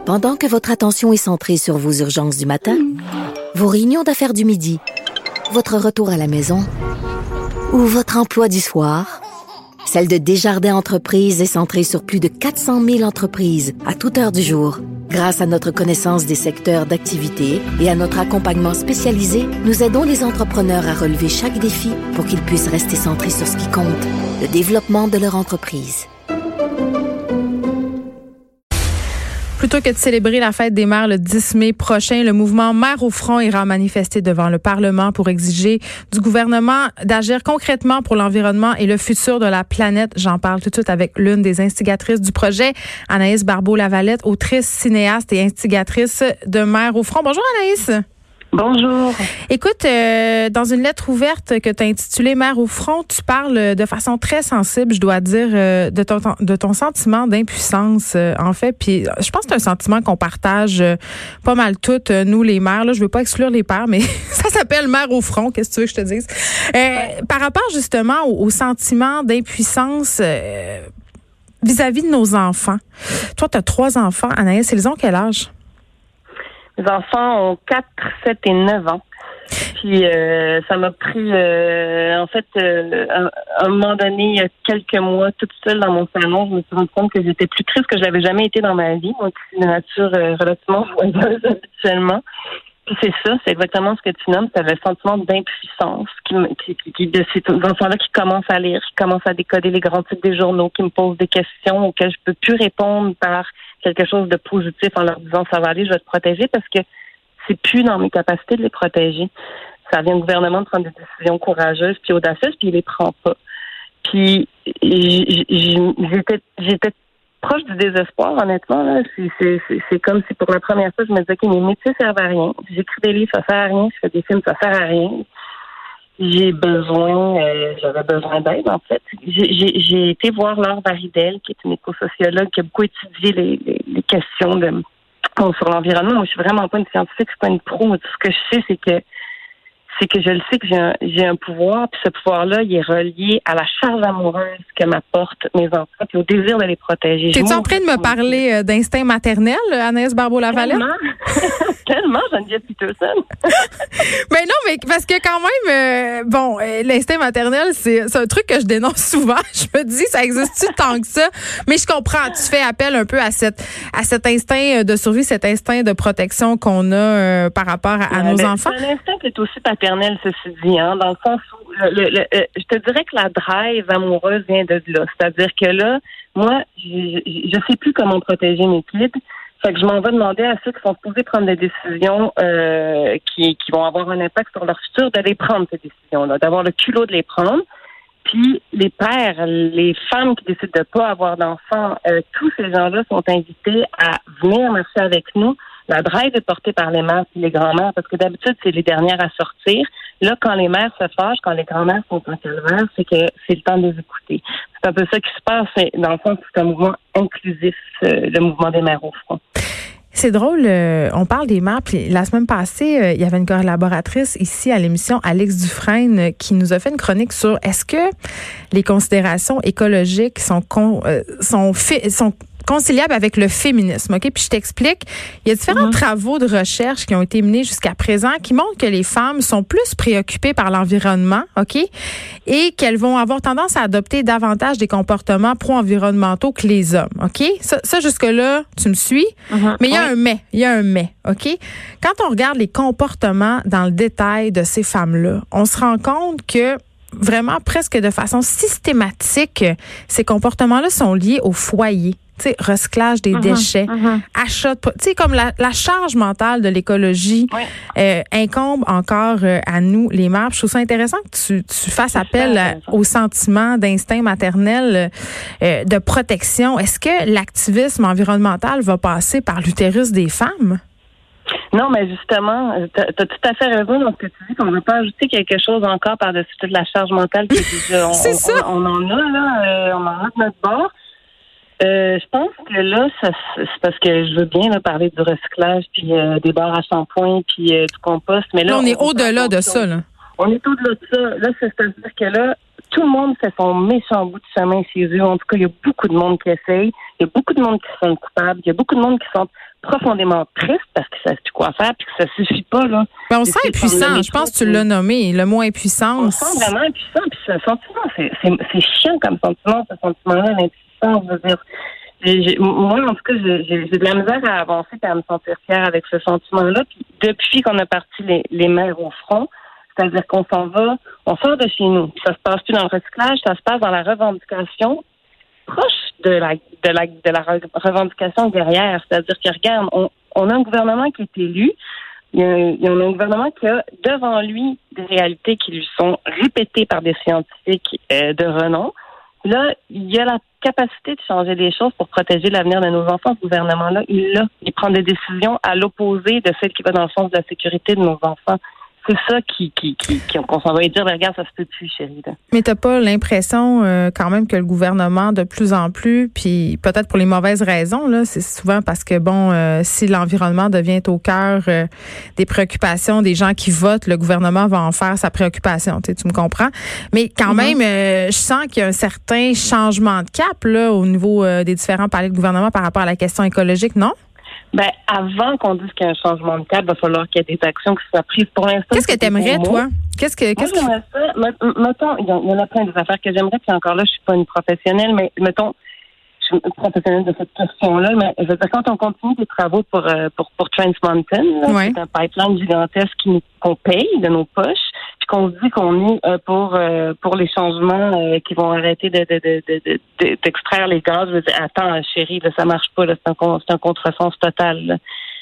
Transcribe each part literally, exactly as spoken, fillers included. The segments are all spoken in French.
Pendant que votre attention est centrée sur vos urgences du matin, vos réunions d'affaires du midi, votre retour à la maison ou votre emploi du soir, celle de Desjardins Entreprises est centrée sur plus de quatre cent mille entreprises à toute heure du jour. Grâce à notre connaissance des secteurs d'activité et à notre accompagnement spécialisé, nous aidons les entrepreneurs à relever chaque défi pour qu'ils puissent rester centrés sur ce qui compte, le développement de leur entreprise. Plutôt que de célébrer la fête des mères le dix mai prochain, le mouvement Mères au front ira manifester devant le Parlement pour exiger du gouvernement d'agir concrètement pour l'environnement et le futur de la planète. J'en parle tout de suite avec l'une des instigatrices du projet, Anaïs Barbeau-Lavalette, autrice, cinéaste et instigatrice de Mères au front. Bonjour Anaïs. Bonjour. Écoute, euh, dans une lettre ouverte que tu as intitulée Mères au front, tu parles de façon très sensible, je dois dire, euh, de ton de ton sentiment d'impuissance, euh, en fait. Puis je pense que c'est un sentiment qu'on partage euh, pas mal toutes, euh, nous les mères. Là, je veux pas exclure les pères, mais ça s'appelle Mères au front. Qu'est-ce que tu veux que je te dise? Euh, ouais. Par rapport justement au, au sentiment d'impuissance euh, vis-à-vis de nos enfants. Toi, tu as trois enfants, Anaïs. Ils ont quel âge? Mes enfants ont quatre, sept et neuf ans. Puis euh, ça m'a pris, euh, en fait, euh, à, à un moment donné, il y a quelques mois, toute seule dans mon salon, je me suis rendu compte que j'étais plus triste que je l'avais jamais été dans ma vie. Moi, qui suis de nature euh, relativement joyeuse habituellement. Puis c'est ça, c'est exactement ce que tu nommes, c'est le sentiment d'impuissance qui, qui, qui, de ces enfants-là qui commencent à lire, qui commencent à décoder les grands titres des journaux, qui me posent des questions auxquelles je peux plus répondre par quelque chose de positif en leur disant ça va aller, je vais te protéger, parce que c'est plus dans mes capacités de les protéger. Ça vient du gouvernement de prendre des décisions courageuses puis audacieuses, puis il les prend pas. Puis j'étais j'étais proche du désespoir, honnêtement. Là. C'est, c'est, c'est, c'est comme si pour la première fois, je me disais que mes métiers servent à rien. J'écris des livres, ça sert à rien. Je fais des films, ça sert à rien. J'ai besoin, euh, j'avais besoin d'aide, en fait. J'ai, j'ai, j'ai été voir Laure Varidel, qui est une écosociologue qui a beaucoup étudié les, les, les questions de, bon, sur l'environnement. Moi, je suis vraiment pas une scientifique, je suis pas une pro. Tout ce que je sais, c'est que c'est que je le sais que j'ai un, j'ai un pouvoir, puis ce pouvoir-là, il est relié à la charge amoureuse que m'apportent mes enfants, puis au désir de les protéger. T'es-tu en train de me parler d'instinct maternel, Anaïs Barbeau-Lavalette? Tellement, tellement, Geneviève Peterson. Mais non, mais parce que quand même, euh, bon, euh, l'instinct maternel, c'est, c'est un truc que je dénonce souvent. Je me dis, ça existe-tu tant que ça? Mais je comprends, tu fais appel un peu à cette, à cet instinct de survie, cet instinct de protection qu'on a euh, par rapport à, à nos ben, enfants. C'est un instinct qui est aussi paternel. Ceci dit, hein, dans le sens où le, le, le, je te dirais que la drive amoureuse vient de là. C'est-à-dire que là, moi, je ne sais plus comment protéger mes kids. Fait que je m'en vais demander à ceux qui sont supposés prendre des décisions euh, qui, qui vont avoir un impact sur leur futur, d'aller prendre ces décisions-là, d'avoir le culot de les prendre. Puis les pères, les femmes qui décident de pas avoir d'enfants, euh, tous ces gens-là sont invités à venir marcher avec nous. La drive est portée par les mères et les grands-mères, parce que d'habitude, c'est les dernières à sortir. Là, quand les mères se fâchent, quand les grands-mères sont en calvaire, c'est que c'est le temps de les écouter. C'est un peu ça qui se passe. Dans le fond, c'est un mouvement inclusif, le mouvement des mères au front. C'est drôle, euh, on parle des mères, puis la semaine passée, euh, il y avait une collaboratrice ici à l'émission, Alex Dufresne, euh, qui nous a fait une chronique sur est-ce que les considérations écologiques sont con, euh, sont, fi- sont conciliable avec le féminisme, OK? Puis je t'explique, il y a différents mm-hmm. travaux de recherche qui ont été menés jusqu'à présent qui montrent que les femmes sont plus préoccupées par l'environnement, OK? Et qu'elles vont avoir tendance à adopter davantage des comportements pro-environnementaux que les hommes, OK? Ça, ça jusque-là, tu me suis? Mm-hmm. Mais il y a oui. un mais, il y a un mais, OK? Quand on regarde les comportements dans le détail de ces femmes-là, on se rend compte que vraiment presque de façon systématique, ces comportements-là sont liés au foyer. Tu sais, recyclage des uh-huh, déchets, uh-huh. achat de... Tu sais, comme la, la charge mentale de l'écologie oui. euh, incombe encore euh, à nous, les mères. Je trouve ça intéressant que tu, tu fasses appel à, au sentiment d'instinct maternel euh, de protection. Est-ce que l'activisme environnemental va passer par l'utérus des femmes? Non, mais justement, tu as tout à fait raison dans ce que tu dis, qu'on ne veut pas ajouter quelque chose encore par-dessus toute la charge mentale. Qui est déjà, on, C'est on, ça. On, on en a, là, euh, on en a de notre bord. Euh, je pense que là, ça, c'est parce que je veux bien là, parler du recyclage, puis euh, des barres à shampoing, puis euh, du compost. Mais là, là on, on est on au-delà de ça. Là. On est au-delà de ça. Là, c'est-à-dire que là, tout le monde fait son méchant bout de chemin chez eux. En tout cas, il y a beaucoup de monde qui essaye. Il y a beaucoup de monde qui se sentent coupables. Il y a beaucoup de monde qui sont profondément triste parce qu'ils savent plus quoi faire puis que ça suffit pas, là. Mais on sent impuissant. Je pense que tu l'as nommé, le mot impuissance. On sent vraiment impuissant puis ce sentiment, c'est, c'est, c'est chiant comme sentiment, ce sentiment-là, l'impuissance, je veux dire. J'ai, j'ai, moi, en tout cas, j'ai, j'ai, j'ai de la misère à avancer et à me sentir fière avec ce sentiment-là. Puis depuis qu'on a parti les, les mères au front, c'est-à-dire qu'on s'en va, on sort de chez nous. Ça se passe plus dans le recyclage, ça se passe dans la revendication proche de la de la de la revendication guerrière. C'est-à-dire que regarde, on, on a un gouvernement qui est élu. Il y, a, il y a un gouvernement qui a devant lui des réalités qui lui sont répétées par des scientifiques euh, de renom. Là, il y a la capacité de changer les choses pour protéger l'avenir de nos enfants. Ce gouvernement-là, il l'a. Il prend des décisions à l'opposé de celles qui vont dans le sens de la sécurité de nos enfants. C'est ça qui, qui, qui, qui qu'on s'en va dire, regarde, ça se peut plus, chérie. Là. Mais t'as pas l'impression euh, quand même que le gouvernement, de plus en plus, puis peut-être pour les mauvaises raisons, là, c'est souvent parce que, bon, euh, si l'environnement devient au cœur euh, des préoccupations des gens qui votent, le gouvernement va en faire sa préoccupation, tu sais, tu me comprends? Mais quand mm-hmm. même, euh, je sens qu'il y a un certain changement de cap là au niveau euh, des différents paliers de gouvernement par rapport à la question écologique, non? Ben, avant qu'on dise qu'il y a un changement de cap, il va falloir qu'il y ait des actions qui soient prises pour l'instant. Qu'est-ce que tu aimerais, toi? Qu'est-ce que, qu'est-ce Moi, j'aimerais ça. Mettons, il y en a plein des affaires que j'aimerais, puis encore là, je suis pas une professionnelle, mais mettons, je suis une professionnelle de cette question-là, mais je veux dire, quand on continue des travaux pour, euh, pour, pour Trans Mountain, là, ouais. c'est un pipeline gigantesque qui nous, qu'on paye de nos poches, puis qu'on se dit qu'on est euh, pour, euh, pour les changements euh, qui vont arrêter de, de, de, de, de, de, d'extraire les gaz. Je veux dire, attends, chérie, là, ça marche pas, là, c'est un, c'est un contresens total, là.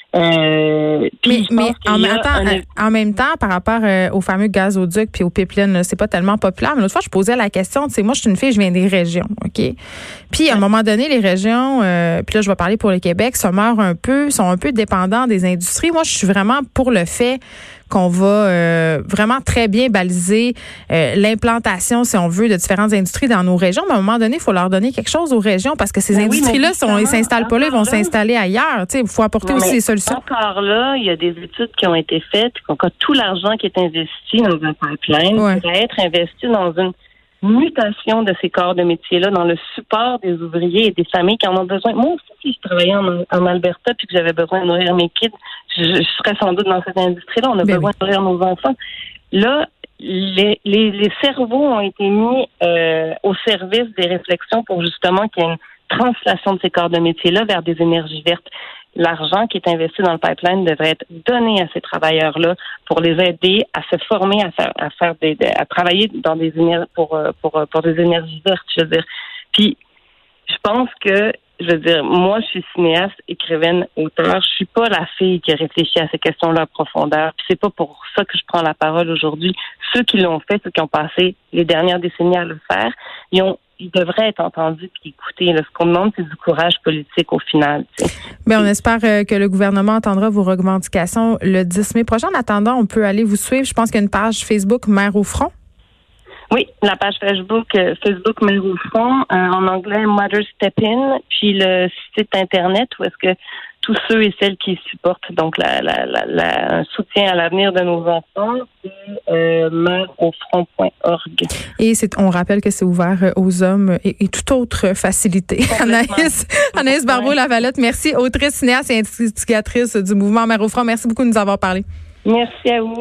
Euh, mais mais en, attends, un... en même temps, par rapport euh, au fameux gazoduc puis aux pipelines, là, c'est pas tellement populaire. Mais l'autre fois, je posais la question, tu sais, moi, je suis une fille, je viens des régions, OK? Puis, à un moment donné, les régions, euh, puis là, je vais parler pour le Québec, se meurent un peu, sont un peu dépendants des industries. Moi, je suis vraiment pour le fait qu'on va euh, vraiment très bien baliser euh, l'implantation, si on veut, de différentes industries dans nos régions. Mais à un moment donné, il faut leur donner quelque chose aux régions parce que ces mais industries-là, oui, sont, ils s'installent pas là, ils vont là, s'installer ailleurs. Il faut apporter non, aussi des solutions. Encore là, il y a des études qui ont été faites, qu'on a tout l'argent qui est investi dans un pipeline ouais. pourrait être investi dans une mutation de ces corps de métier-là, dans le support des ouvriers et des familles qui en ont besoin. Moi aussi, si je travaillais en, en Alberta puis que j'avais besoin de nourrir mes kids, je, je serais sans doute dans cette industrie-là. On a ben besoin oui. de nourrir nos enfants. Là, les, les, les cerveaux ont été mis euh, au service des réflexions pour justement qu'il y ait une translation de ces corps de métier-là vers des énergies vertes. L'argent qui est investi dans le pipeline devrait être donné à ces travailleurs-là pour les aider à se former, à faire, à faire des, à travailler dans des énergies pour, pour, pour des énergies vertes, je veux dire. Puis, je pense que, je veux dire, moi, je suis cinéaste, écrivaine, auteur. Je suis pas la fille qui réfléchit à ces questions-là en profondeur. Puis c'est pas pour ça que je prends la parole aujourd'hui. Ceux qui l'ont fait, ceux qui ont passé les dernières décennies à le faire, ils ont il devrait être entendu et écouté. Là, ce qu'on demande, c'est du courage politique au final. Bien, on espère euh, que le gouvernement entendra vos revendications le dix mai prochain. En attendant, on peut aller vous suivre. Je pense qu'il y a une page Facebook Mères au front. Oui, la page Facebook euh, Facebook Mères au front, euh, en anglais Mother Step In, puis le site Internet où est-ce que tous ceux et celles qui supportent donc la, la, la, la un soutien à l'avenir de nos enfants, c'est euh, mères au front point org. Et c'est, on rappelle que c'est ouvert aux hommes et, et toute autre facilité. Anaïs, Anaïs Barbeau-Lavalette, merci, autrice, cinéaste et instigatrice du mouvement Mères au front. Merci beaucoup de nous avoir parlé. Merci à vous.